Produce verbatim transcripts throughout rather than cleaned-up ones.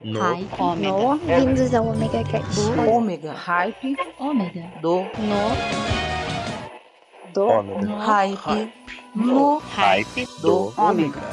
No. Hype. Ômega. No, vindos ao Omega Cast. Ômega. Hype. Ômega. Do. No. Do Ômega. No. Hype. No. Hype Do. Ômega.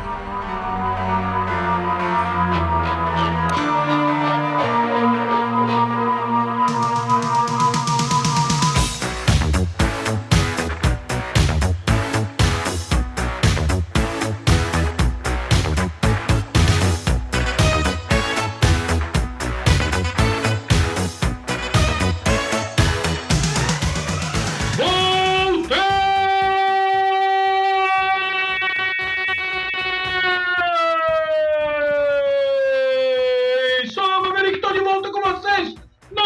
Sou o Maverick, estou de volta com vocês no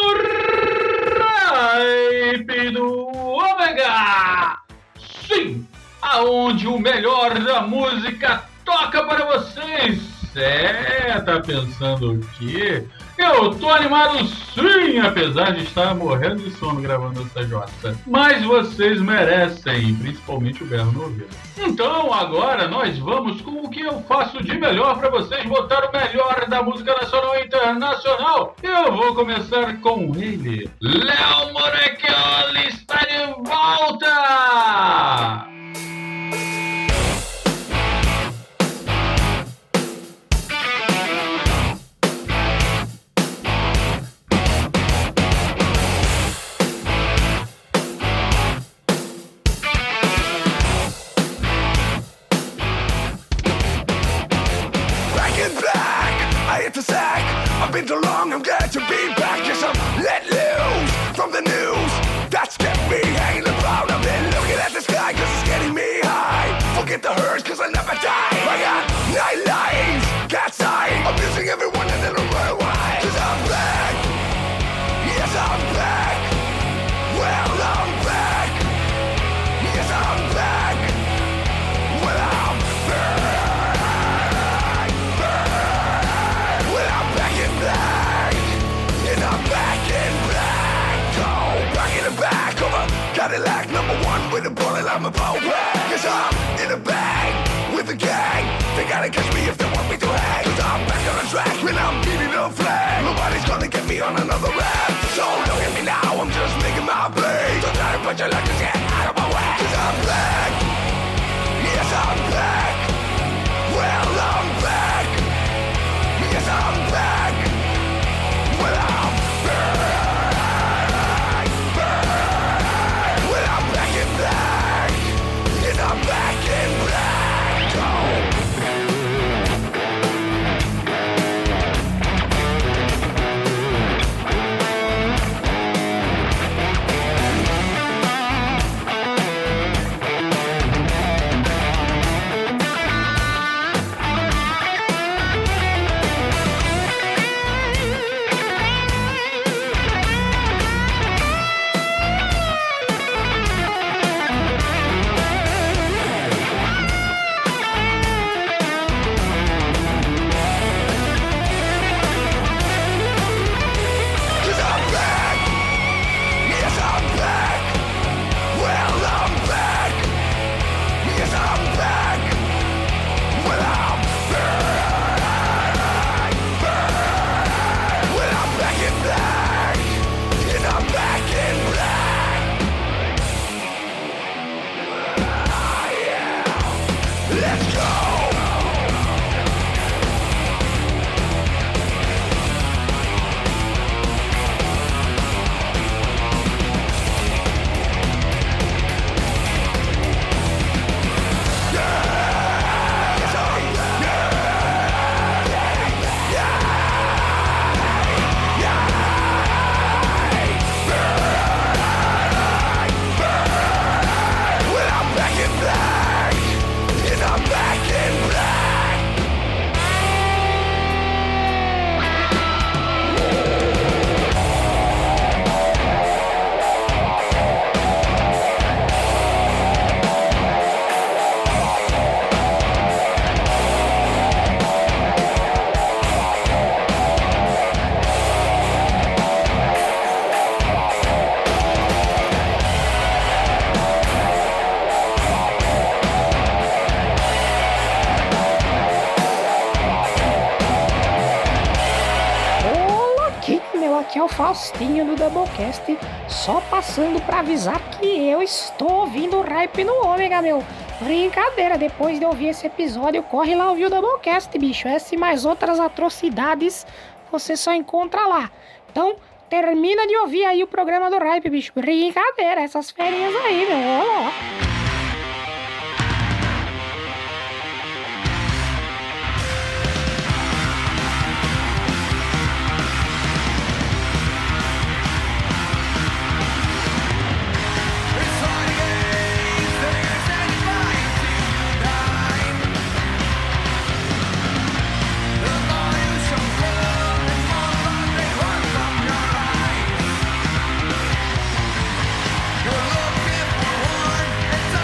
Hype do Ômega! Sim, aonde o melhor da música toca para vocês! É, tá pensando o quê? Eu tô animado sim, apesar de estar morrendo de sono gravando essa jota. Mas vocês merecem, principalmente o berro no ouvido. Então agora nós vamos com o que eu faço de melhor para vocês botar o melhor da música nacional e internacional. Eu vou começar com ele. Léo Morecchioli está de volta! The sack. I've been too long, I'm glad to be back. Yes, I'm let loose from the news that's kept me hanging around. I've been looking at the sky cause it's getting me high. Forget the hurts cause I never die. I got nine lives, cat's eye. I'm using everyone and then I run away. Cause I'm back, yes I'm back. Well I'm back, yes I'm back. Well I'm back. Cadillac number one with a bullet, I'm a pole bag. Cause I'm in a bag with a gang. They gotta catch me if they want me to hang. Cause I'm back on the track when I'm beating the flag. Nobody's gonna get me on another rap. So look at me now, I'm just making my play. Don't try to put your luck, just get out of my way. Cause I'm back, yes I'm back. Well I'm back, yes I'm back. Well I'm back. I'm back in black. Oh. pessoal, aqui é o Faustinho do Doublecast, só passando pra avisar que eu estou ouvindo o Hype no Ômega, meu. Brincadeira, depois de ouvir esse episódio, corre lá ouvir o Doublecast, bicho. Essa e mais outras atrocidades você só encontra lá. Então, termina de ouvir aí o programa do Hype, bicho. Brincadeira, essas ferinhas aí, meu. Ó, ó. You're looking for one.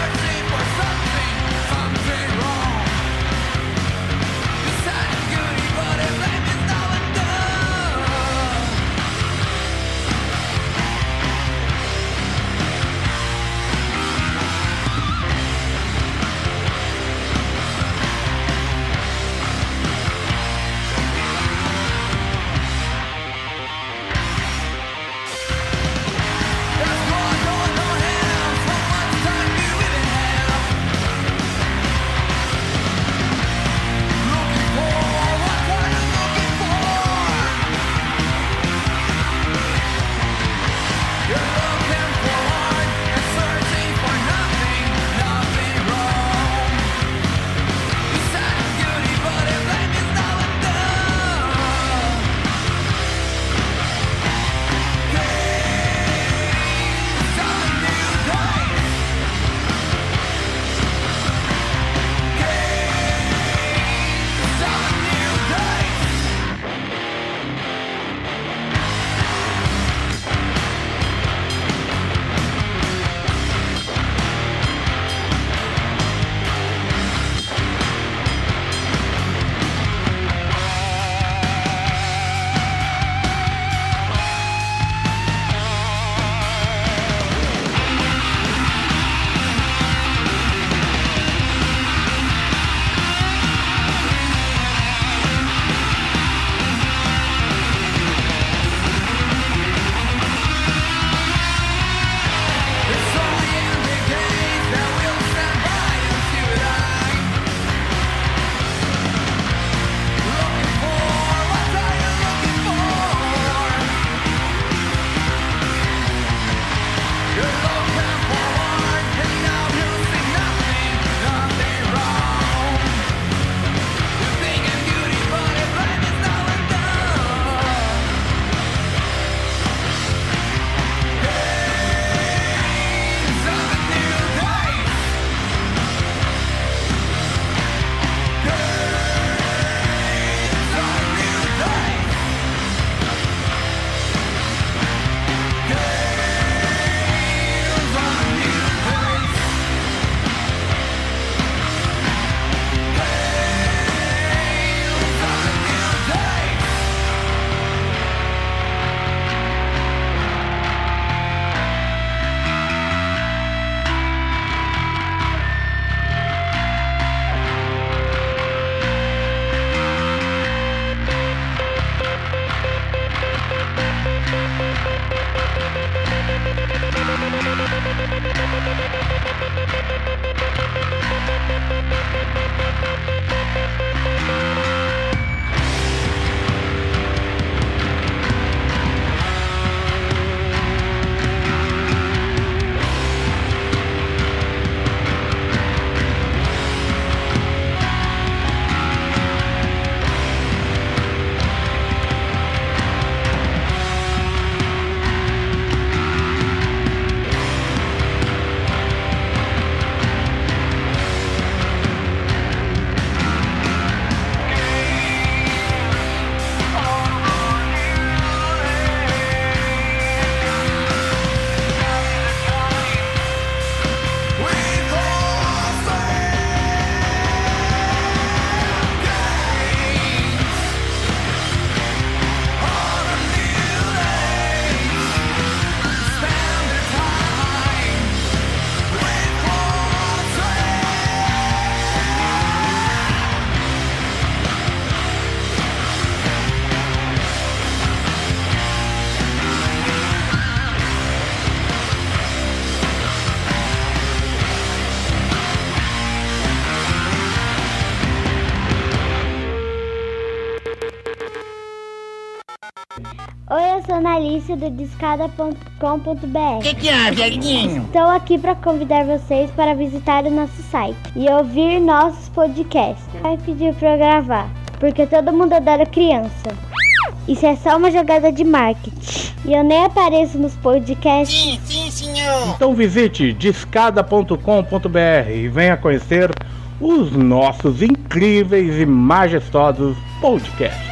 Oi, eu sou Analice do discada ponto com ponto b r. Que que é, velhinho? Estou aqui para convidar vocês para visitar o nosso site e ouvir nossos podcasts. Vai pedir para eu gravar, porque todo mundo adora criança. Isso é só uma jogada de marketing. E eu nem apareço nos podcasts. Sim, sim, senhor. Então visite discada ponto com ponto b r e venha conhecer os nossos incríveis e majestosos podcasts.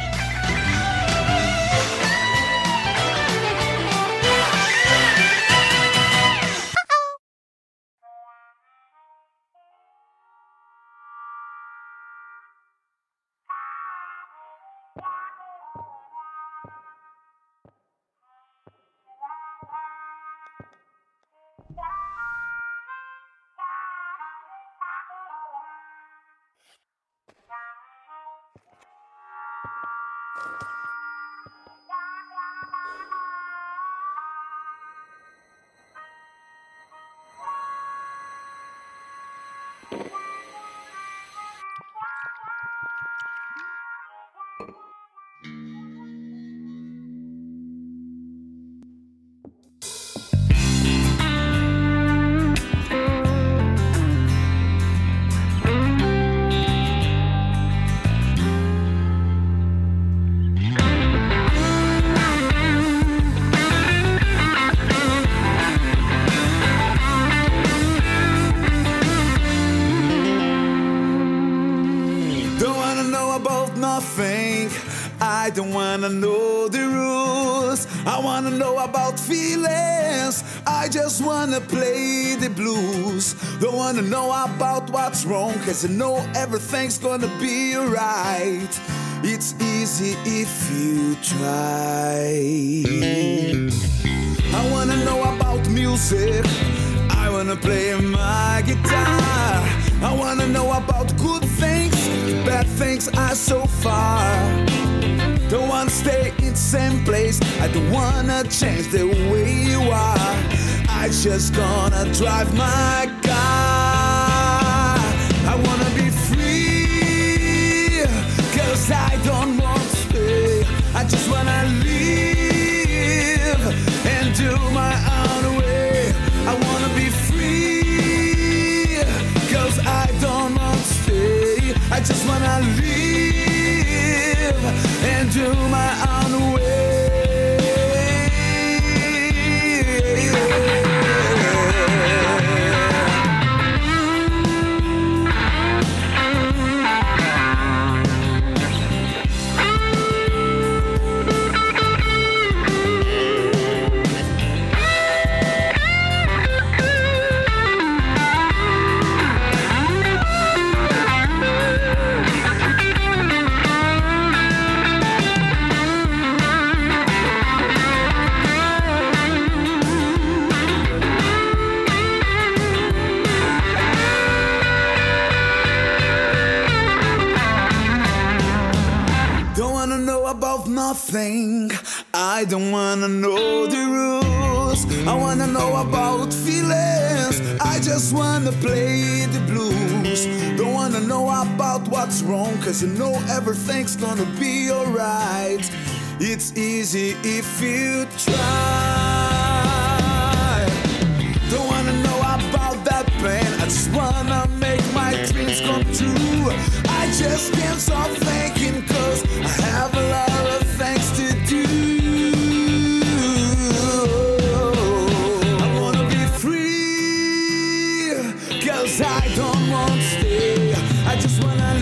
I don't wanna know the rules. I wanna know about feelings. I just wanna play the blues. Don't wanna know about what's wrong, cause I know everything's gonna be alright. It's easy if you try. I wanna know about music. I wanna play my guitar. I wanna know about good things, bad things are so far. Don't wanna stay in the same place. I don't wanna change the way you are. I just gonna drive my car. I wanna be free, cause I don't want to stay. I just wanna live and do my own way. I wanna be free, cause I don't want to stay. I just wanna live and do my own way. Nothing. I don't wanna know the rules. I wanna know about feelings. I just wanna play the blues. Don't wanna know about what's wrong, cause you know everything's gonna be alright. It's easy if you try. Don't wanna know about that pain. I just wanna make my dreams come true. I just can't stop thinking, cause I have a lot of things to do. I wanna be free, cause I don't want to stay. I just wanna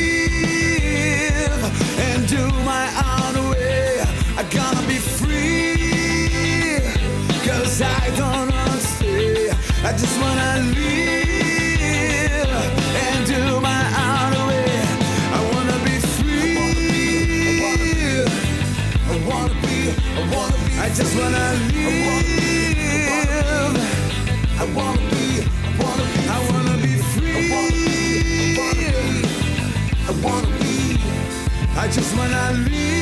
live and do my own way. I gonna be free, cause I don't want to stay. I just wanna live and do my own way. I wanna be free. I wanna be, I wanna be. I just wanna live. I wanna be, I wanna be. I wanna be free. I wanna be. I just wanna live.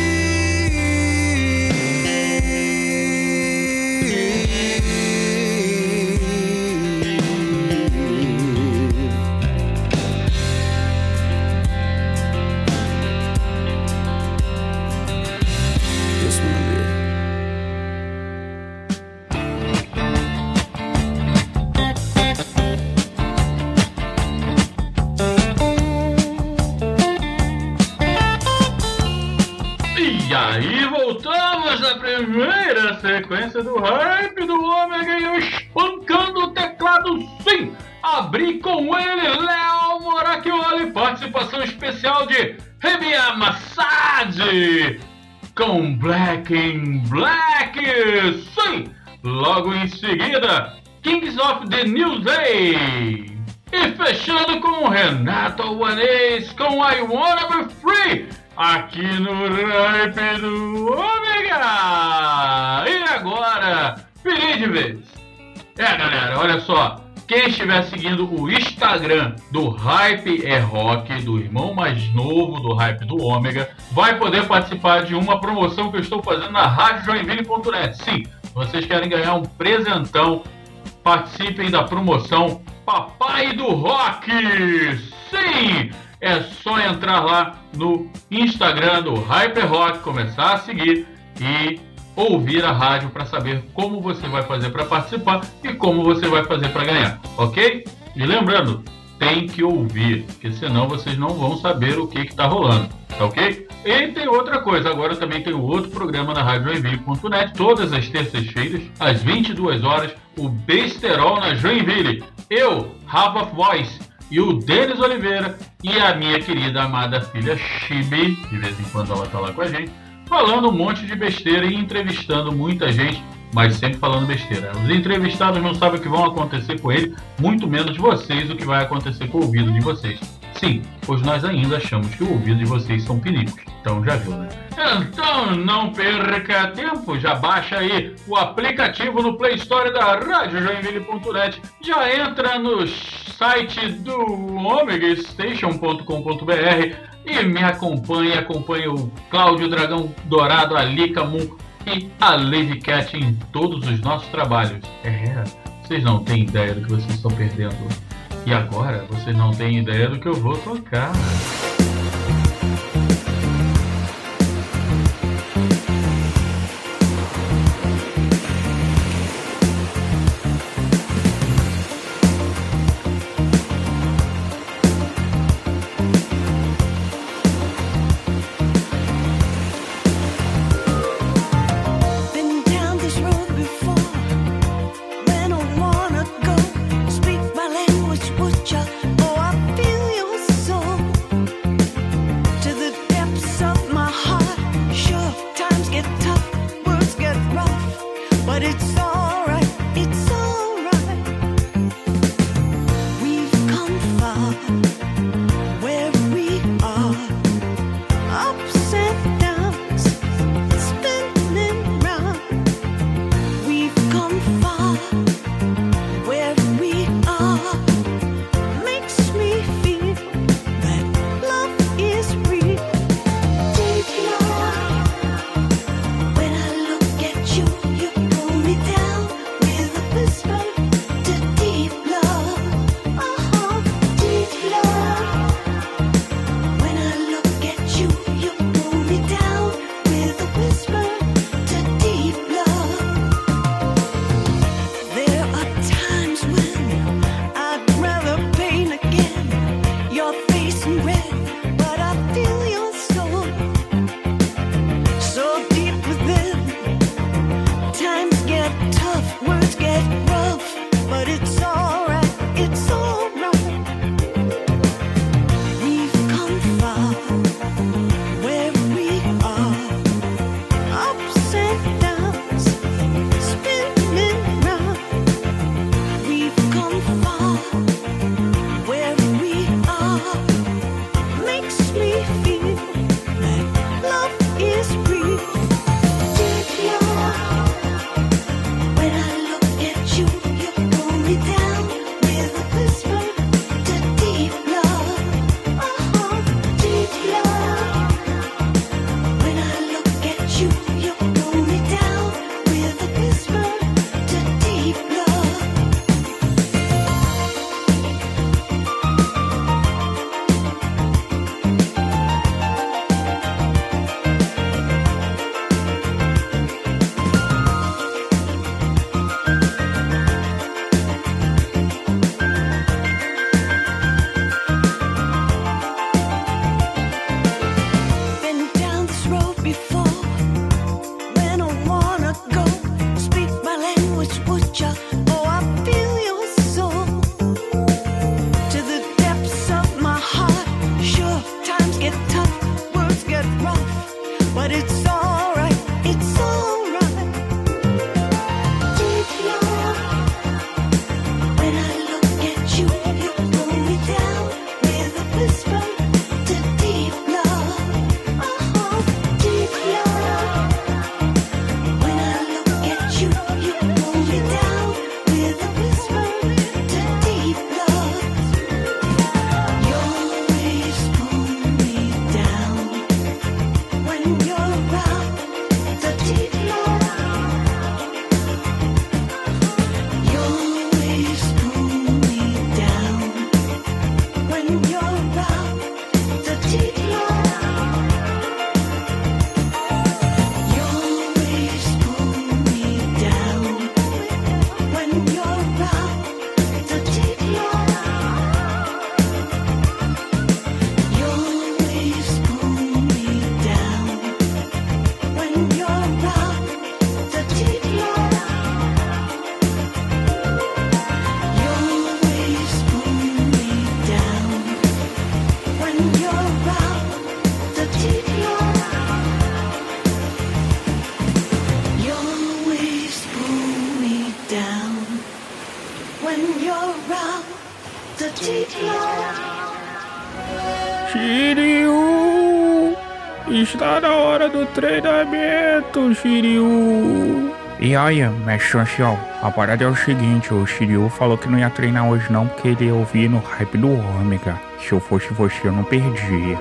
Just wanna live. aí voltamos na primeira sequência do Hype do Ômega e eu espancando o teclado, sim! Abri com ele, Léo Moracchioli, participação especial de Remia Massad com Black in Black, sim! Logo em seguida, Kings of the New Day. E fechando com Renato Albanês com I Wanna Be Free, aqui no Hype do Ômega. E agora, pirei de vez. É, galera, olha só. Quem estiver seguindo o Instagram do Hype é Rock, do irmão mais novo do Hype do Ômega, vai poder participar de uma promoção que eu estou fazendo na rádio joinville ponto net. Sim, vocês querem ganhar um presentão, participem da promoção Papai do Rock. Sim, é só entrar lá no Instagram do Hype Rock, começar a seguir e ouvir a rádio para saber como você vai fazer para participar e como você vai fazer para ganhar, ok? E lembrando, tem que ouvir, porque senão vocês não vão saber o que está rolando, tá ok? E tem outra coisa, agora também tem outro programa na rádio joinville ponto net, todas as terças-feiras, às vinte e duas horas, o Besterol na Joinville. Eu, Rafa Voice, e o Denis Oliveira e a minha querida amada filha Chibi, de vez em quando ela tá lá com a gente, falando um monte de besteira e entrevistando muita gente, mas sempre falando besteira. Os entrevistados não sabem o que vão acontecer com ele, muito menos vocês o que vai acontecer com o ouvido de vocês. Sim, pois nós ainda achamos que o ouvido de vocês são pinicos. Então já viu, né? Então não perca tempo, já baixa aí o aplicativo no Play Store da rádio joinville ponto net, já entra no site do omega station ponto com ponto b r e me acompanhe, acompanhe o Cláudio Dragão Dourado, a Lika Moon e a Lady Cat em todos os nossos trabalhos. É, vocês não têm ideia do que vocês estão perdendo. E agora, vocês não têm ideia do que eu vou tocar. Speak my language, would ya? Oh, I feel your soul. Shiryu! Está na hora do treinamento, Shiryu! E aí, mestre ancião, a parada é o seguinte, o Shiryu falou que não ia treinar hoje não porque ele ia ouvir no hype do Ômega. Se eu fosse você, eu não perdia.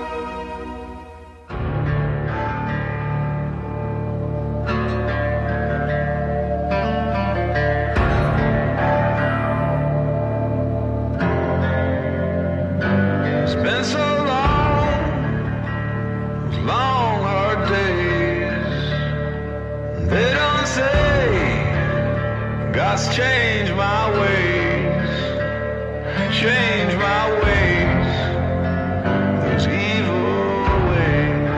Change my ways, change my ways, those evil ways.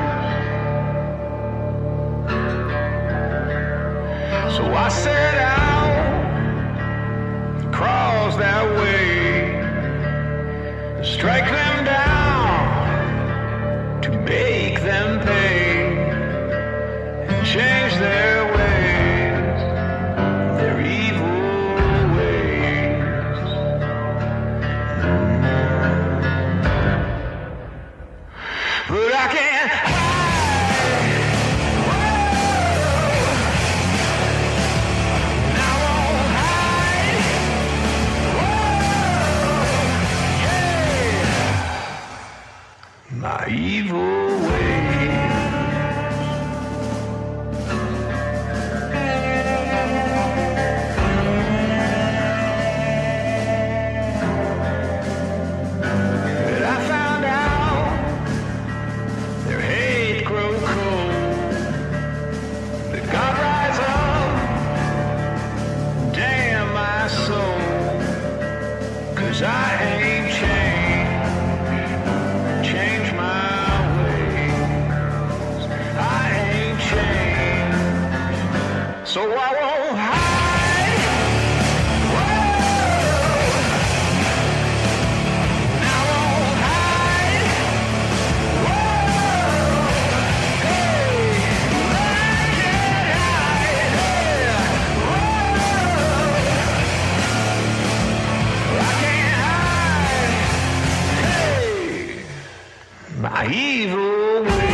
So I set out across that way to strike them down, to make them pay and change their ways. My evil ways. But I found out their hate grow cold. That God rise up, damn my soul, 'cause I ain't changed. Change my ways. I ain't changed, so I won't hide. Whoa. I won't hide. Whoa. Hey, I can't hide. Hey. Whoa. I can't hide. My evil way.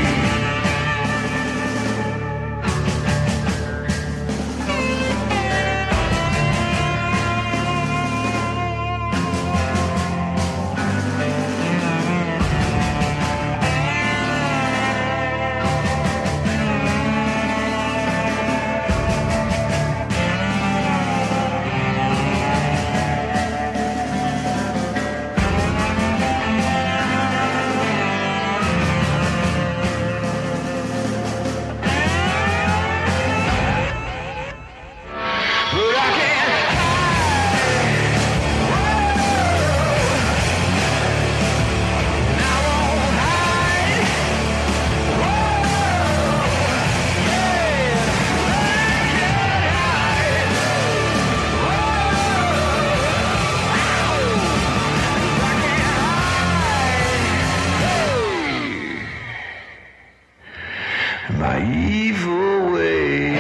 My evil way.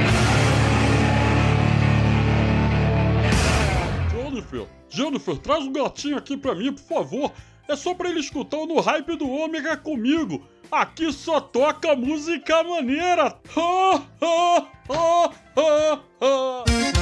Jennifer, Jennifer, traz um gatinho aqui pra mim, por favor. É só pra ele escutar o No Hype do Ômega comigo. Aqui só toca música maneira. Ha, ha, ha, ha, ha.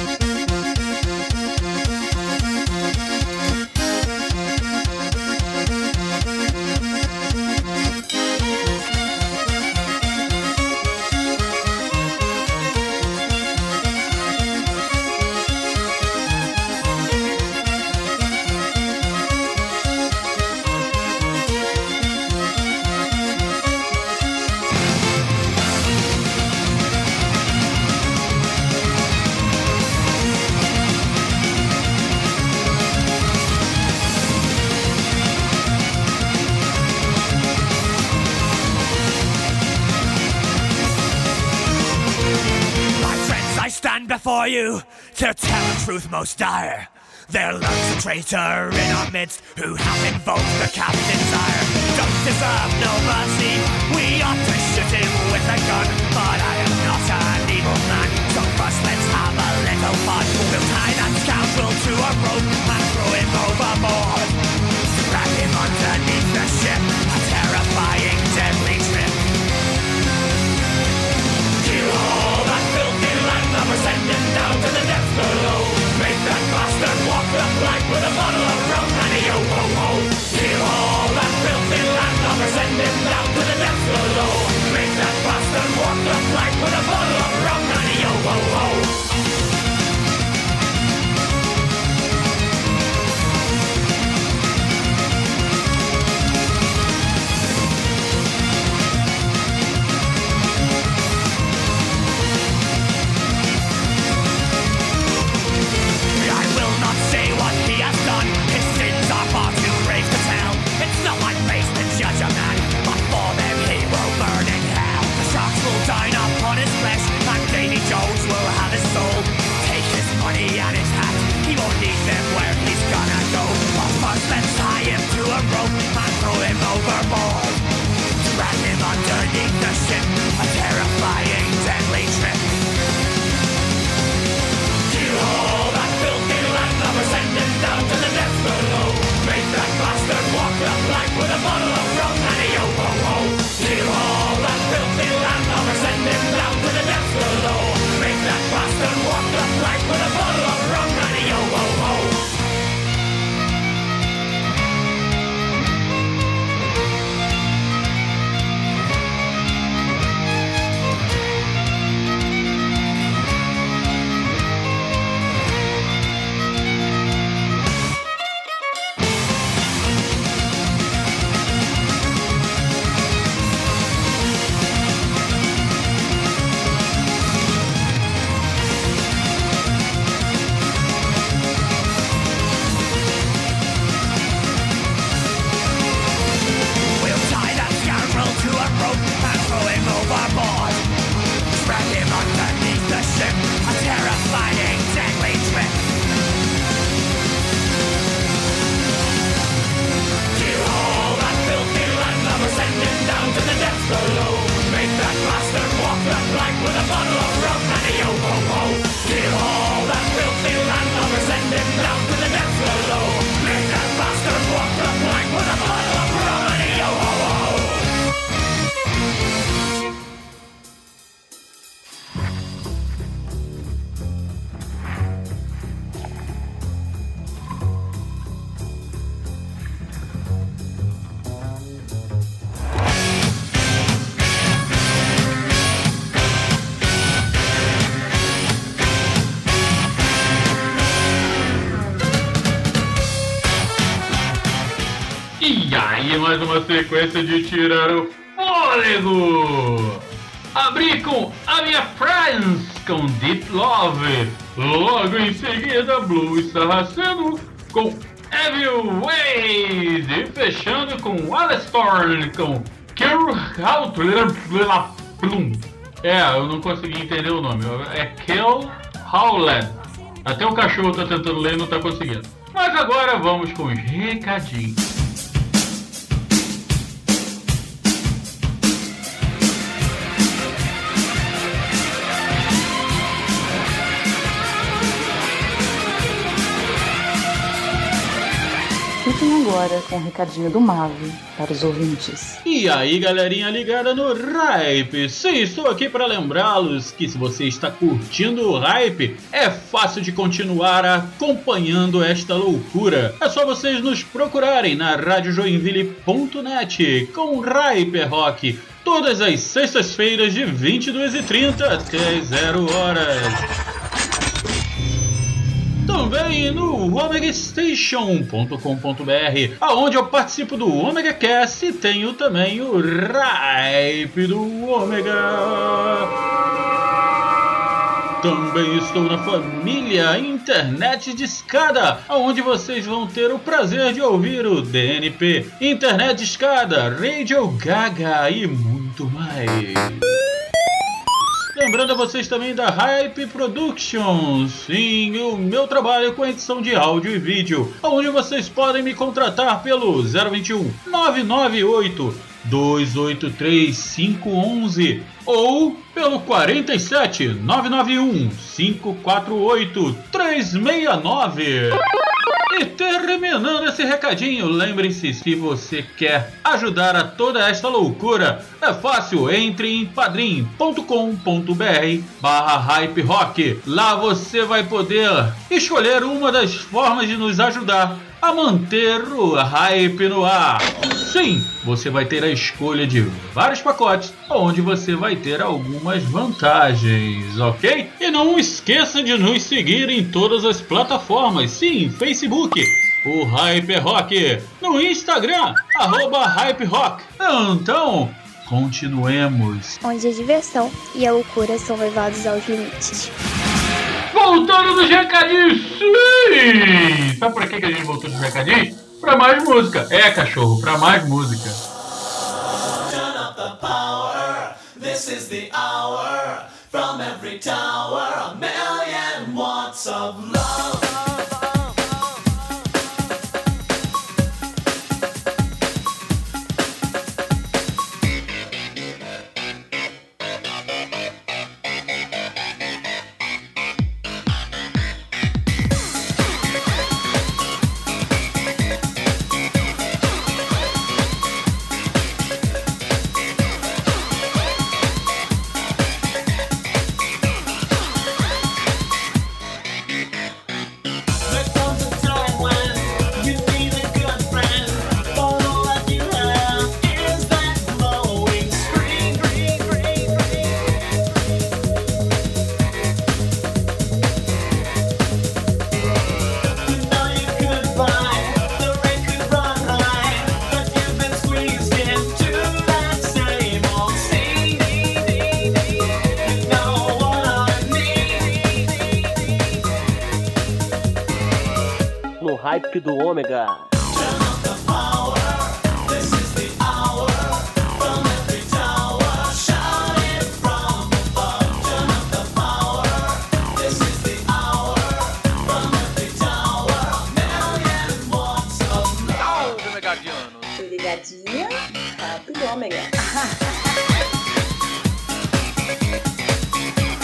Stand before you to tell a truth most dire. There lurks a traitor in our midst who hath invoked the captain's ire. Don't deserve no mercy, we ought to shoot him with a gun. But I am not an evil man, so first let's have a little fun. We'll tie that scoundrel to a rope and throw him overboard. bottle of rum and a yo-ho-ho. Kill all that filthy landlubber, send him down to the depths below. Make that bastard walk the plank with a bottle of rum and a yo-ho-ho. E aí, mais uma sequência de tirar o fôlego! Abri com A Minha Friends, com Deep Love. Logo em seguida, Blue Sarraceno, com Evil Ways. E fechando com Alice Thorne, com Kill Out. É, eu não consegui entender o nome. É Kill Howlett. Até o cachorro tá tentando ler e não tá conseguindo. Mas agora vamos com os recadinhos. Fiquem agora com o recadinho do Mave para os ouvintes. E aí, galerinha ligada no Hype. Sim, estou aqui para lembrá-los que se você está curtindo o Hype, é fácil de continuar acompanhando esta loucura. É só vocês nos procurarem na rádio joinville ponto net com Hype Rock, todas as sextas-feiras de vinte e duas e trinta até zero horas. Também no omega station ponto com ponto b r, aonde eu participo do Omega Cast e tenho também o Hype do Omega. Também estou na família Internet de Escada, aonde vocês vão ter o prazer de ouvir o D N P, Internet de Escada, Radio Gaga e muito mais. Lembrando a vocês também da Hype Productions, sim, o meu trabalho com edição de áudio e vídeo, onde vocês podem me contratar pelo zero vinte e um, nove nove oito, dois oito três, cinco um um ou pelo quarenta e sete, nove nove um, cinco quatro oito, três seis nove. E terminando esse recadinho, lembre-se, se você quer ajudar a toda esta loucura, é fácil, entre em padrim ponto com ponto b r barra hype rock. Lá você vai poder escolher uma das formas de nos ajudar a manter o hype no ar. Sim, você vai ter a escolha de vários pacotes, onde você vai ter algumas vantagens, ok? E não esqueça de nos seguir em todas as plataformas, sim, Facebook, o Hype Rock, no Instagram, arroba Hype Rock. Então, continuemos. Onde a diversão e a loucura são levados aos limites. Voltando dos recadinhos, sim! Sabe pra que a gente voltou dos recadinhos? Pra mais música. É, cachorro, pra mais música. Turn up the power, this is the hour. From every tower, a million watts of love. Hype do Ômega. Tô ligadinha, Hype do Ômega.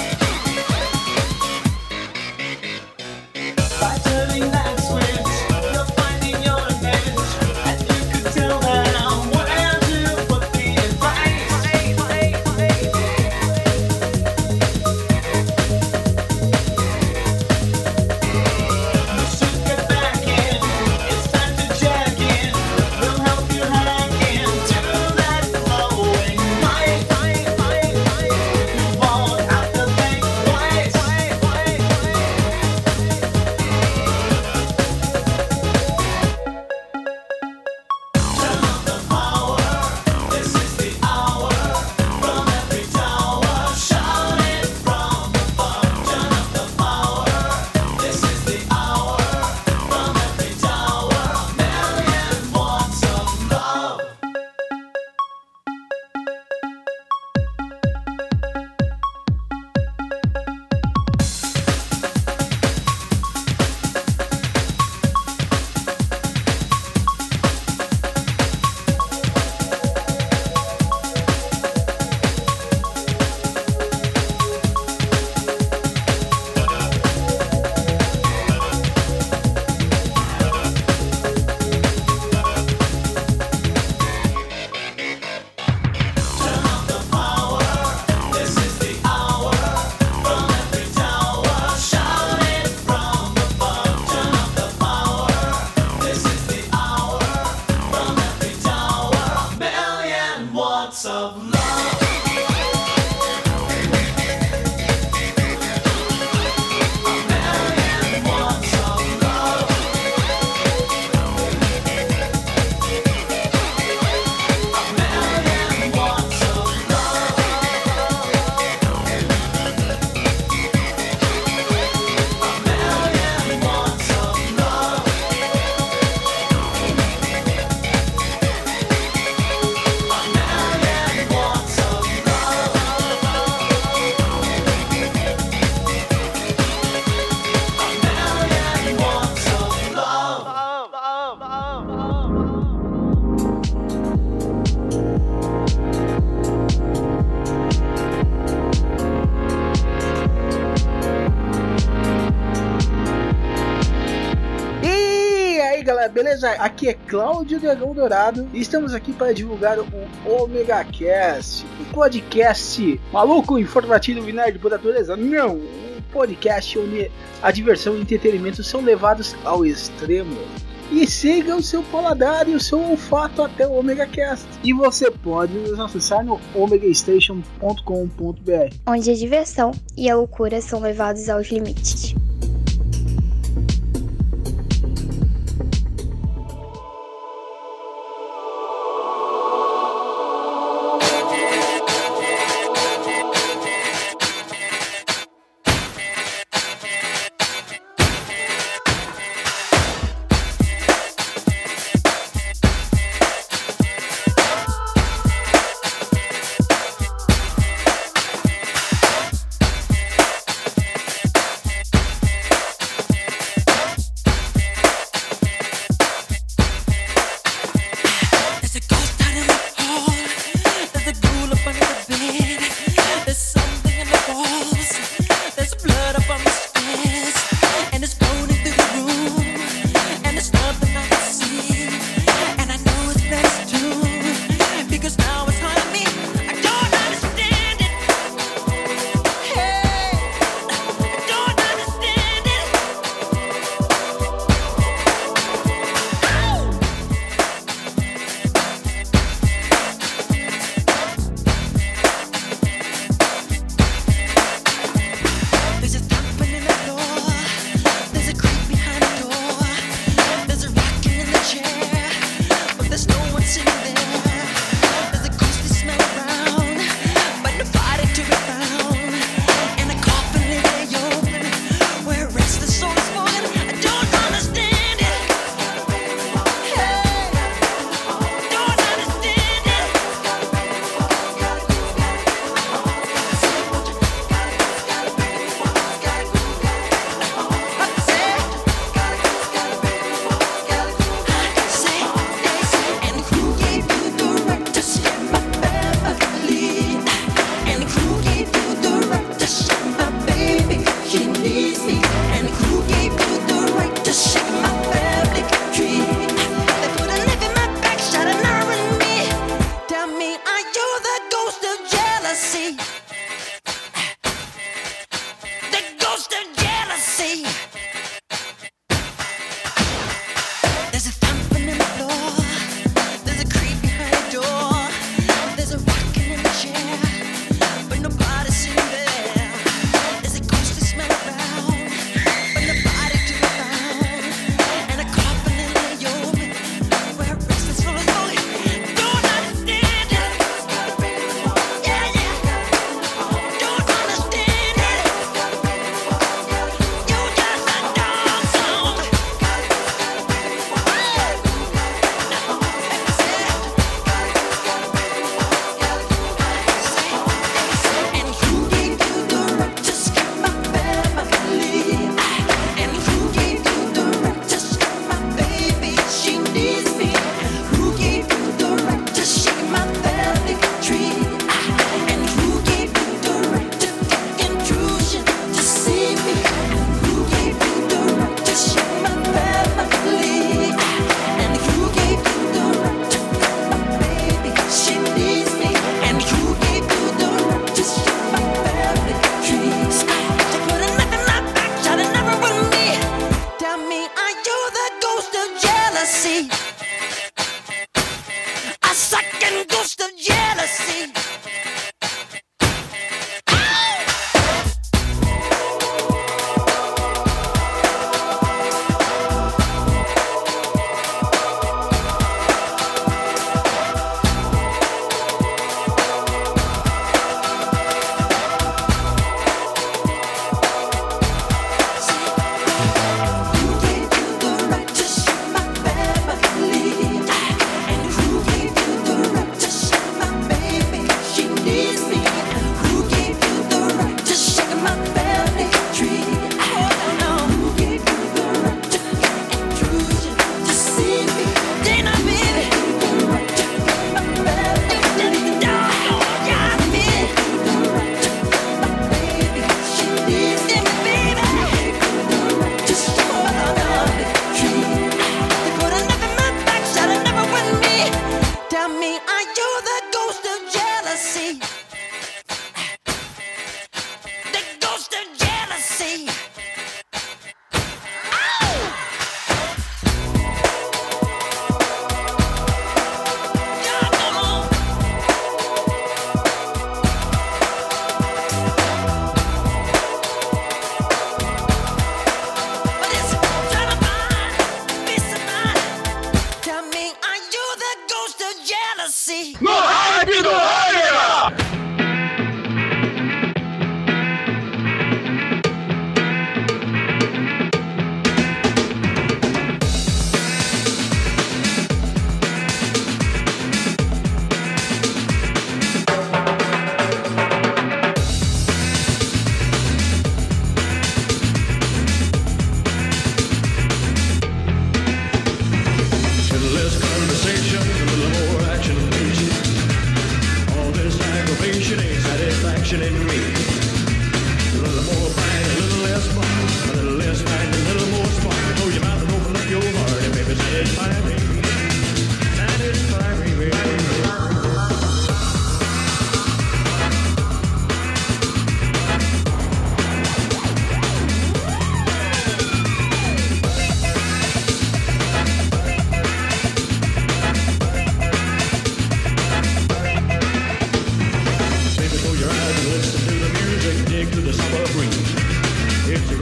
beleza? Aqui é Cláudio Dragão Dourado e estamos aqui para divulgar o Omega Cast, um podcast maluco, informativo e nerd por natureza. Não, um podcast onde a diversão e o entretenimento são levados ao extremo. E siga o seu paladar e o seu olfato até o Omega Cast. E você pode nos acessar no omega station ponto com ponto b r, onde a diversão e a loucura são levados aos limites.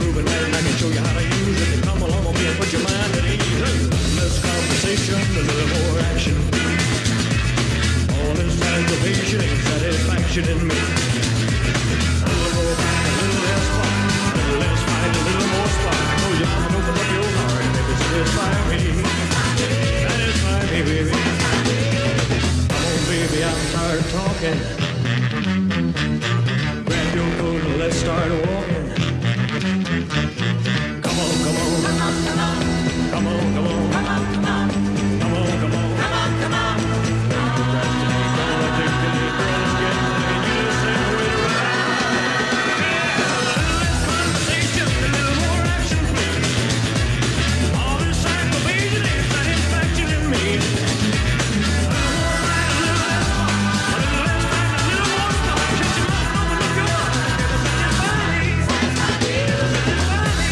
grooving right and I can show you how to use it. You come along with me and put your mind at ease. Less conversation, a little more action. All this aggravation ain't satisfaction in me. A little more back, a little less fun, a little less fight, a little more spark. I know you come and open up your heart and maybe satisfy me. Satisfy me, baby. Come on, baby, I'm tired of talking. Grab your coat and let's start walking. Come on, come on, come on, come on, come on, come on, come on, come on, come on, come on, come on, come on. Procrastinate, don't articulate, girl, let's get money. You just say the way to ride. Yeah, a little less conversation, a little more action, please. All this aggravation ain't satisfaction in me. A little more right, a little less fun, a little less fight, a little more stuff. Shut your mouth and open up your heart. Satisfy me, satisfy me, satisfy me.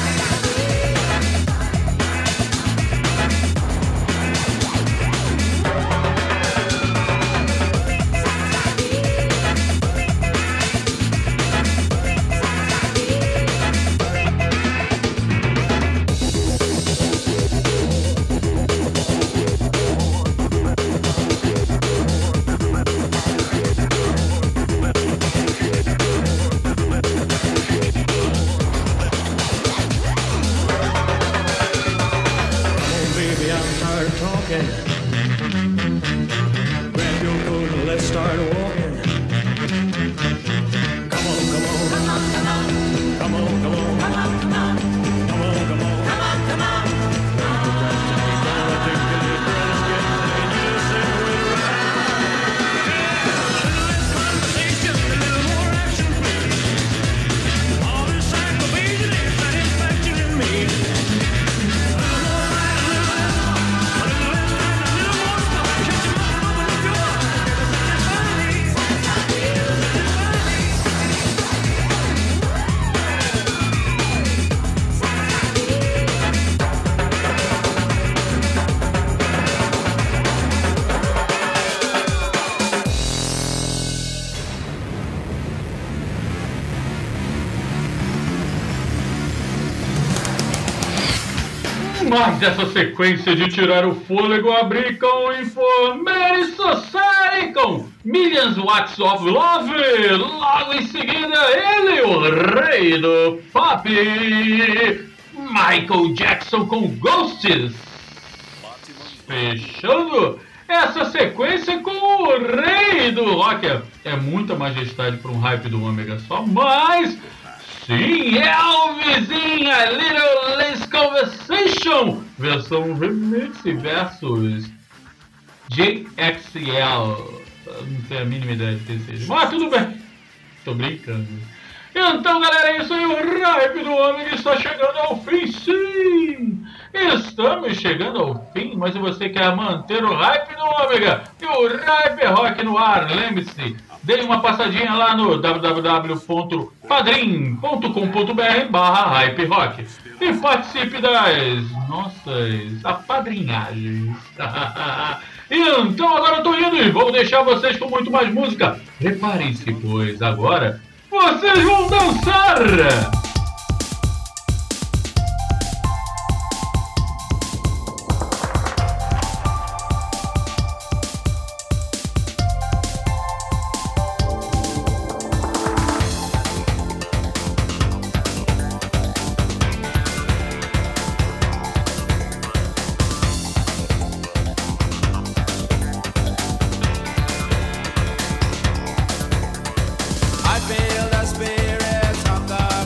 Baby, I'm tired of talking. Grab your coat and let's start walking. Come on, come on, come on, come on, come on, come on, come on, come on, come on, come on, come on, come on. Don't procrastinate, don't articulate, girl, let's get money. You just say the way to ride. Yeah, a little less conversation, a little more action, please. All this aggravation ain't satisfaction in me. Mas essa sequência de tirar o fôlego abri com Informer Society com Millions Watts of Love. Logo em seguida, ele, o rei do pop, Michael Jackson com Ghosts. Fechando essa sequência com o rei do rock. É muita majestade para um hype do Ômega só, mas... sim, Elvis in a Little Less Conversation, versão remix versus J X L. Não tenho a mínima ideia de que seja, mas tudo bem, tô brincando. Então, galera, é isso aí, o hype do Ômega está chegando ao fim, sim! Estamos chegando ao fim, mas se você quer manter o hype do Ômega e o Hype Rock no ar, lembre-se, dê uma passadinha lá no w w w ponto padrim ponto com ponto b r barra hype rock e participe das nossas apadrinhagens. Então agora eu tô indo e vou deixar vocês com muito mais música. Preparem-se, pois agora vocês vão dançar! I feel the spirits of the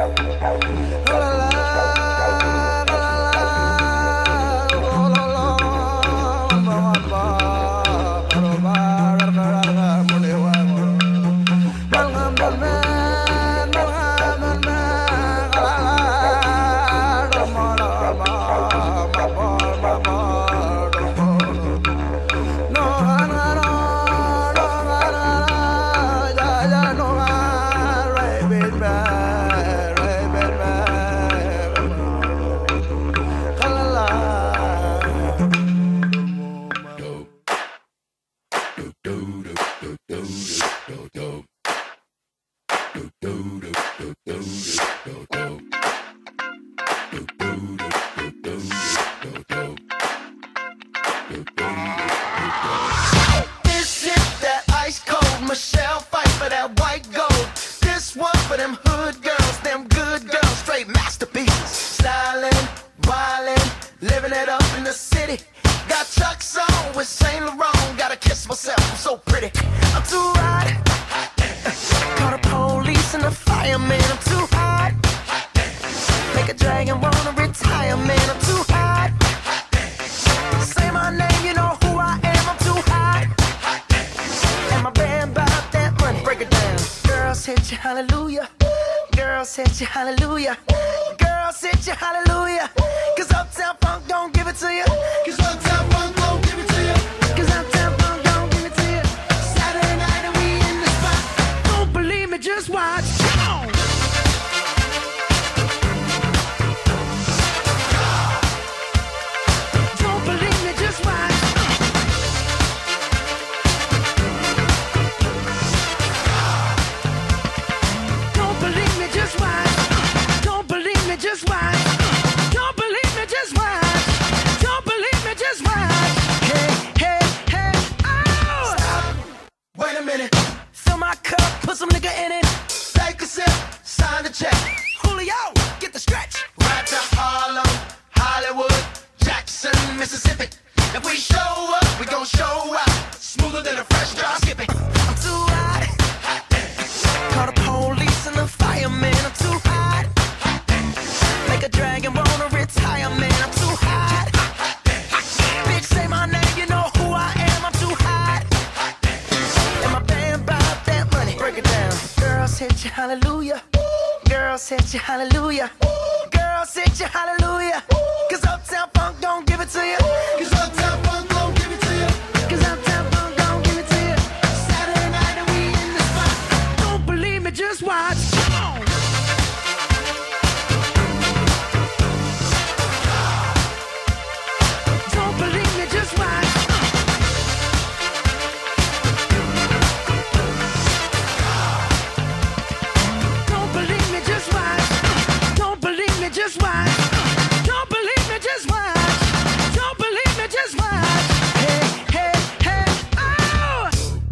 This is that ice cold Michelle fight for that white gold. This one for them hood girls, them good girls, straight masterpieces. Styling, wildin', living it up in the city. Got Chuck's on with Saint Laurent. Gotta kiss myself, I'm so pretty. I'm too hot. Call the police and the fireman. I'm too hot. Make a dragon wanna retire, man. I'm too hot. Say my name, you know who I am. I'm too hot. And my band bought that money. Break it down. Girls hit you, hallelujah. Girls hit you, hallelujah. Girls hit you, hallelujah. Cause Uptown Funk don't give it to you. Cause Uptown Funk don't give it to you. Cause Uptown Funk don't give it to you. Saturday night and we in the spot. Don't believe me, just watch. Come on. Don't believe me, just watch. Don't believe me, just watch. Don't believe me, just watch. Don't believe me, just watch. Don't believe me, just watch. Hey, hey, hey, oh! Stop. Wait a minute. Fill my cup, put some nigga in it. Take a sip, sign the check. Julio, get the stretch. Right to Harlem, Hollywood, Jackson, Mississippi. If we show up, we gon' show out. Smoother than a fresh drop skipping. I'm too hot. Call the police and the fireman. I'm too hot. Make a dragon wanna retire, man. I'm too hot. Bitch, say my name, you know who I am. I'm too hot. And my band bought that money. Break it down. Girls hit you, hallelujah. Girls hit you, hallelujah. Girls hit you, hallelujah. Cause Uptown Funk don't give it to you. Cause Uptown Funk don't give it to you. Cause Uptown Funk don't give it to you. Saturday night and we in the spot. Don't believe me, just watch. Come on. Don't believe me, just watch. Don't believe me, just watch. Don't believe me, just watch. Don't believe me, just watch. Don't believe me, just watch. Hey, hey, hey, oh!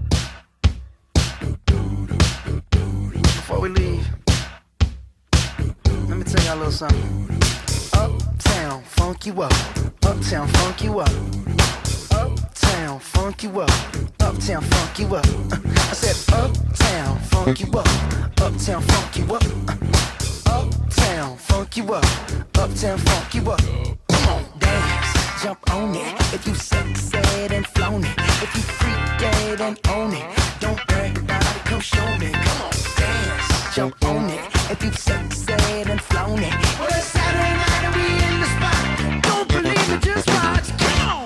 Before we leave, let me tell y'all a little something. Uptown, funk you up. Uptown, funk you up. Uptown, funk you up. Uptown, funk you up. Uh, I said uptown, funk you up. Uptown, funk you up. Uh, uptown, funk you up. Uptown, funk you up. Come on, dance, jump on it. If you sexed and flown it. If you freaked and own it. Don't brag about it, come show me. Come on, dance, jump on it. If you sexed and flown it. Well, it's Saturday night and we in the spot. Don't believe it, just watch. Come on.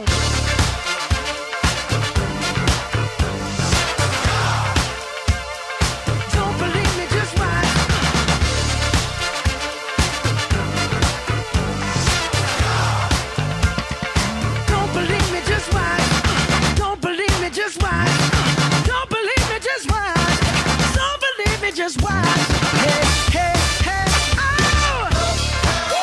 Don't believe me, just watch. Don't believe me, just watch. Don't believe me, just watch. Don't believe me, just watch. Don't believe me, just watch. Hey, hey, hey, oh!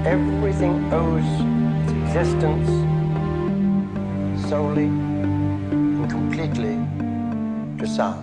Everything owes its existence solely and completely to sound.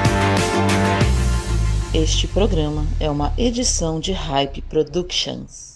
Este programa é uma edição de Hype Productions.